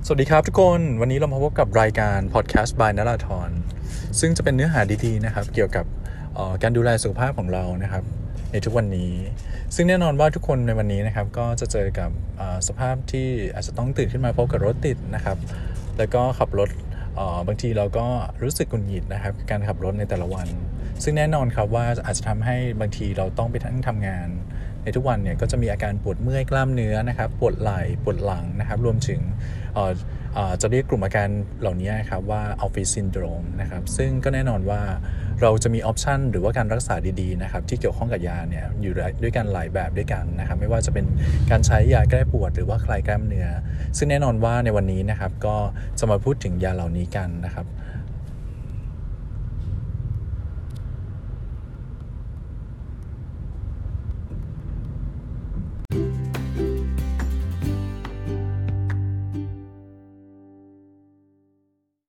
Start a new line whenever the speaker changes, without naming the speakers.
สวัสดีครับทุกคนวันนี้เรามาพบกับรายการ Podcast by นราธรซึ่งจะเป็นเนื้อหาดีๆนะครับเกี่ยวกับการดูแลสุขภาพของเรานะครับในทุกวันนี้ซึ่งแน่นอนว่าทุกคนในวันนี้นะครับก็จะเจอกับสภาพที่อาจจะต้องตื่นขึ้นมาพบกับรถติดนะครับแล้วก็ขับรถบางทีเราก็รู้สึกหงุดหงิดนะครับการขับรถในแต่ละวันซึ่งแน่นอนครับว่าอาจจะทำให้บางทีเราต้องไปทั้งทำงานในทุกวันเนี่ยก็จะมีอาการปวดเมื่อยกล้ามเนื้อนะครับปวดไหล่ปวดหลังนะครับรวมถึงจะเรียกกลุ่มอาการเหล่านี้ครับว่าออฟฟิศซินโดรมนะครับซึ่งก็แน่นอนว่าเราจะมีออปชันหรือว่าการรักษาดีๆนะครับที่เกี่ยวข้องกับยาเนี่ยอยู่ด้วยกันหลายแบบด้วยกันนะครับไม่ว่าจะเป็นการใช้ยาแก้ปวดหรือว่าคลายกล้ามเนื้อซึ่งแน่นอนว่าในวันนี้นะครับก็จะมาพูดถึงยาเหล่านี้กันนะครับ